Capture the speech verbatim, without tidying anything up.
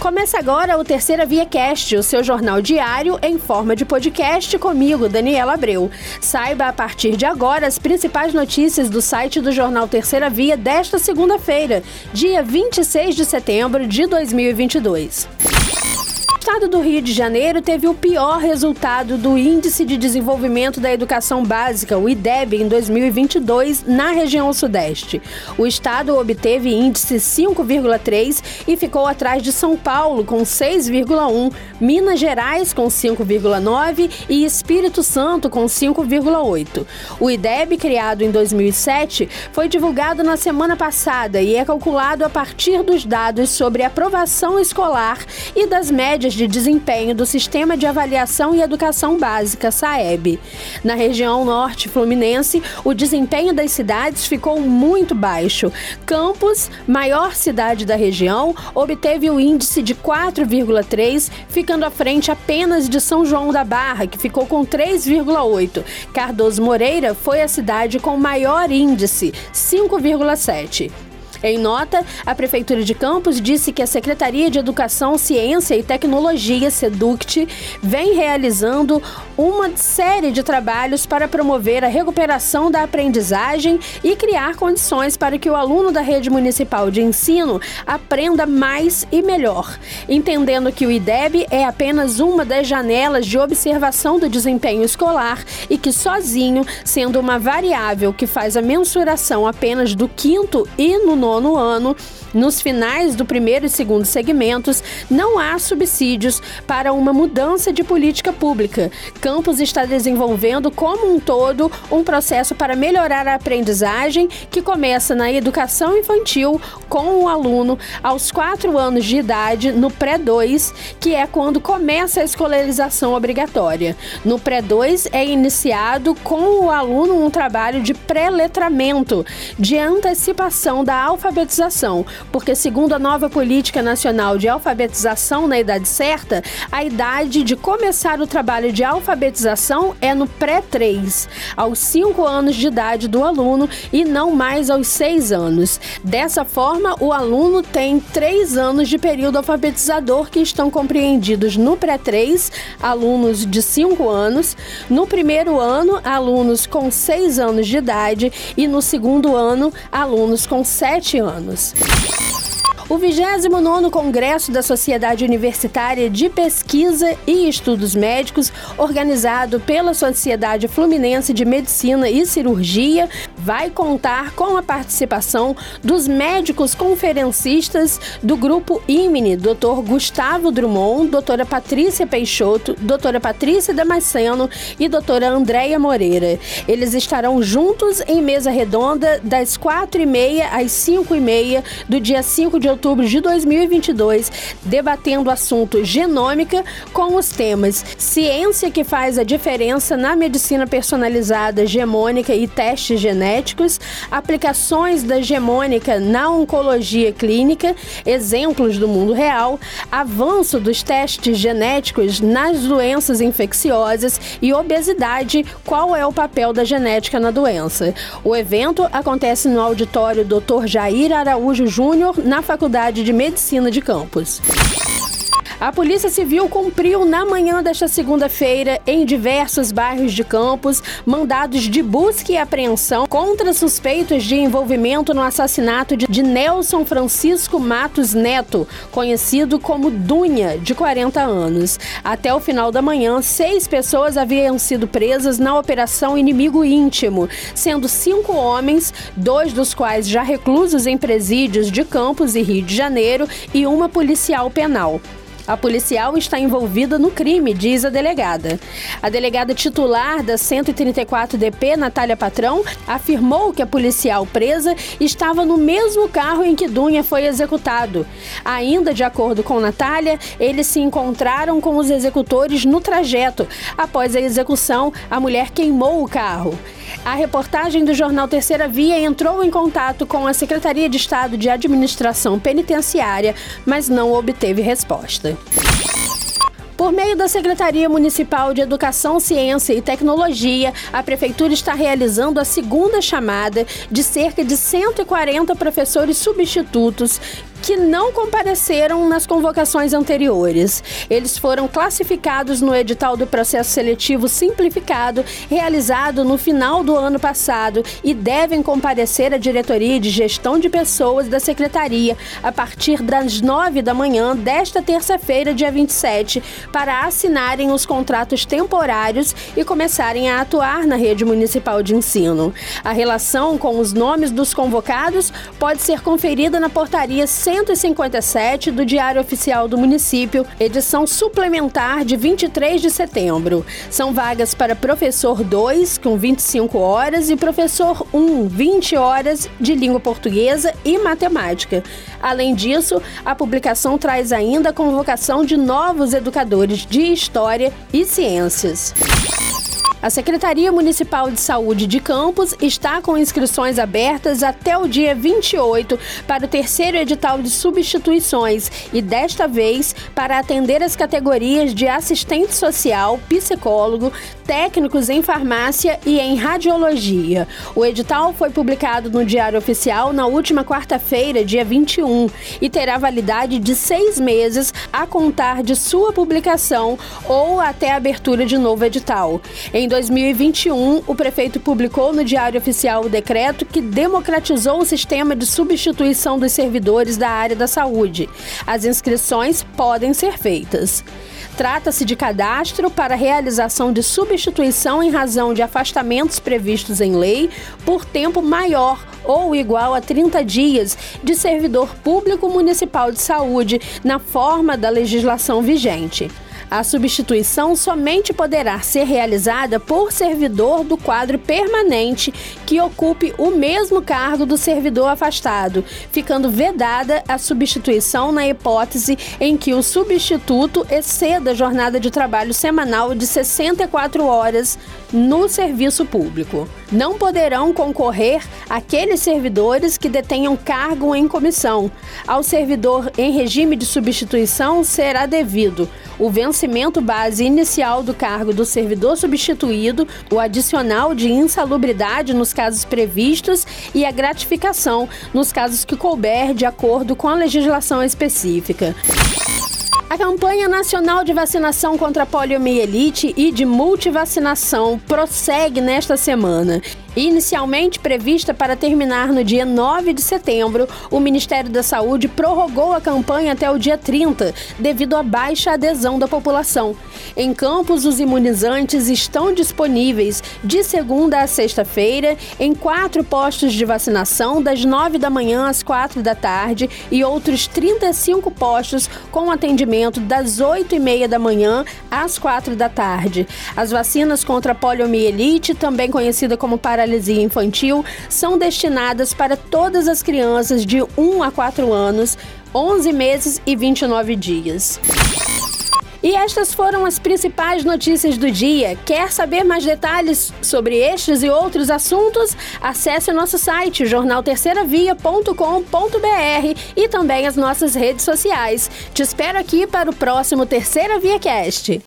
Começa agora o Terceira Via Cast, o seu jornal diário em forma de podcast comigo, Daniela Abreu. Saiba a partir de agora as principais notícias do site do jornal Terceira Via desta segunda-feira, dia vinte e seis de setembro de dois mil e vinte e dois. O estado do Rio de Janeiro teve o pior resultado do Índice de Desenvolvimento da Educação Básica, o I D E B, em dois mil e vinte e dois, na região sudeste. O estado obteve índice cinco vírgula três e ficou atrás de São Paulo, com seis vírgula um, Minas Gerais, com cinco vírgula nove e Espírito Santo, com cinco vírgula oito. O I D E B, criado em dois mil e sete, foi divulgado na semana passada e é calculado a partir dos dados sobre aprovação escolar e das médias de desempenho do Sistema de Avaliação e Educação Básica, SAEB. Na região norte fluminense, o desempenho das cidades ficou muito baixo. Campos, maior cidade da região, obteve o índice de quatro vírgula três, ficando à frente apenas de São João da Barra, que ficou com três vírgula oito. Cardoso Moreira foi a cidade com maior índice, cinco vírgula sete. Em nota, a Prefeitura de Campos disse que a Secretaria de Educação, Ciência e Tecnologia, SEDUCT, vem realizando uma série de trabalhos para promover a recuperação da aprendizagem e criar condições para que o aluno da rede municipal de ensino aprenda mais e melhor, entendendo que o I D E B é apenas uma das janelas de observação do desempenho escolar e que sozinho, sendo uma variável que faz a mensuração apenas do quinto e no nono no ano, nos finais do primeiro e segundo segmentos, não há subsídios para uma mudança de política pública. Campos está desenvolvendo como um todo um processo para melhorar a aprendizagem que começa na educação infantil com o aluno aos quatro anos de idade no pré dois, que é quando começa a escolarização obrigatória. No pré dois é iniciado com o aluno um trabalho de pré-letramento, de antecipação da alfabetização, porque segundo a nova Política Nacional de Alfabetização na Idade Certa, a idade de começar o trabalho de alfabetização é no pré três, aos cinco anos de idade do aluno e não mais aos seis anos. Dessa forma, o aluno tem três anos de período alfabetizador que estão compreendidos no pré três, alunos de cinco anos, no primeiro ano, alunos com seis anos de idade e no segundo ano, alunos com sete anos. O vigésimo nono Congresso da Sociedade Universitária de Pesquisa e Estudos Médicos, organizado pela Sociedade Fluminense de Medicina e Cirurgia, vai contar com a participação dos médicos conferencistas do Grupo IMNE, doutor Gustavo Drummond, doutora Patrícia Peixoto, doutora Patrícia Damasceno e doutora Andréia Moreira. Eles estarão juntos em mesa redonda das quatro e meia às cinco e meia do dia cinco de outubro de dois mil e vinte e dois, debatendo o assunto genômica com os temas ciência que faz a diferença na medicina personalizada, gemônica e testes genéticos, aplicações da gemônica na oncologia clínica, exemplos do mundo real, avanço dos testes genéticos nas doenças infecciosas e obesidade, qual é o papel da genética na doença. O evento acontece no auditório doutor Jair Araújo Júnior, na Faculdade de Medicina de Campos. A Polícia Civil cumpriu na manhã desta segunda-feira, em diversos bairros de Campos, mandados de busca e apreensão contra suspeitos de envolvimento no assassinato de Nelson Francisco Matos Neto, conhecido como Dunha, de quarenta anos. Até o final da manhã, seis pessoas haviam sido presas na Operação Inimigo Íntimo, sendo cinco homens, dois dos quais já reclusos em presídios de Campos e Rio de Janeiro, e uma policial penal. A policial está envolvida no crime, diz a delegada. A delegada titular da cento e trinta e quatro D P, Natália Patrão, afirmou que a policial presa estava no mesmo carro em que Dunha foi executado. Ainda de acordo com Natália, eles se encontraram com os executores no trajeto. Após a execução, a mulher queimou o carro. A reportagem do jornal Terceira Via entrou em contato com a Secretaria de Estado de Administração Penitenciária, mas não obteve resposta. Por meio da Secretaria Municipal de Educação, Ciência e Tecnologia, a Prefeitura está realizando a segunda chamada de cerca de cento e quarenta professores substitutos que não compareceram nas convocações anteriores. Eles foram classificados no edital do processo seletivo simplificado, realizado no final do ano passado, e devem comparecer à diretoria de gestão de pessoas da Secretaria a partir das nove da manhã desta terça-feira, dia vinte e sete, para assinarem os contratos temporários e começarem a atuar na rede municipal de ensino. A relação com os nomes dos convocados pode ser conferida na portaria cento e cinquenta e sete do Diário Oficial do Município, edição suplementar de vinte e três de setembro. São vagas para professor dois, com vinte e cinco horas, e professor um, vinte horas de língua portuguesa e matemática. Além disso, a publicação traz ainda a convocação de novos educadores de História e Ciências. A Secretaria Municipal de Saúde de Campos está com inscrições abertas até o dia vinte e oito para o terceiro edital de substituições e, desta vez, para atender as categorias de assistente social, psicólogo, técnicos em farmácia e em radiologia. O edital foi publicado no Diário Oficial na última quarta-feira, dia vinte e um, e terá validade de seis meses a contar de sua publicação ou até a abertura de novo edital. Em dois mil e vinte e um, o prefeito publicou no Diário Oficial o decreto que democratizou o sistema de substituição dos servidores da área da saúde. As inscrições podem ser feitas. Trata-se de cadastro para realização de substituição em razão de afastamentos previstos em lei por tempo maior ou igual a trinta dias de servidor público municipal de saúde, na forma da legislação vigente. A substituição somente poderá ser realizada por servidor do quadro permanente que ocupe o mesmo cargo do servidor afastado, ficando vedada a substituição na hipótese em que o substituto exceda a jornada de trabalho semanal de sessenta e quatro horas no serviço público. Não poderão concorrer aqueles servidores que detenham cargo em comissão. Ao servidor em regime de substituição será devido o vencimento base inicial do cargo do servidor substituído, o adicional de insalubridade nos casos previstos e a gratificação nos casos que couber de acordo com a legislação específica. A campanha nacional de vacinação contra a poliomielite e de multivacinação prossegue nesta semana. Inicialmente prevista para terminar no dia nove de setembro, o Ministério da Saúde prorrogou a campanha até o dia trinta, devido à baixa adesão da população. Em Campos, os imunizantes estão disponíveis de segunda a sexta-feira em quatro postos de vacinação, das nove da manhã às quatro da tarde, e outros trinta e cinco postos com atendimento das oito e meia da manhã às quatro da tarde. As vacinas contra a poliomielite, também conhecida como paralisia infantil, são destinadas para todas as crianças de um a quatro anos, onze meses e vinte e nove dias. E estas foram as principais notícias do dia. Quer saber mais detalhes sobre estes e outros assuntos? Acesse o nosso site jornal terceira via ponto com ponto br e também as nossas redes sociais. Te espero aqui para o próximo Terceira Via Cast.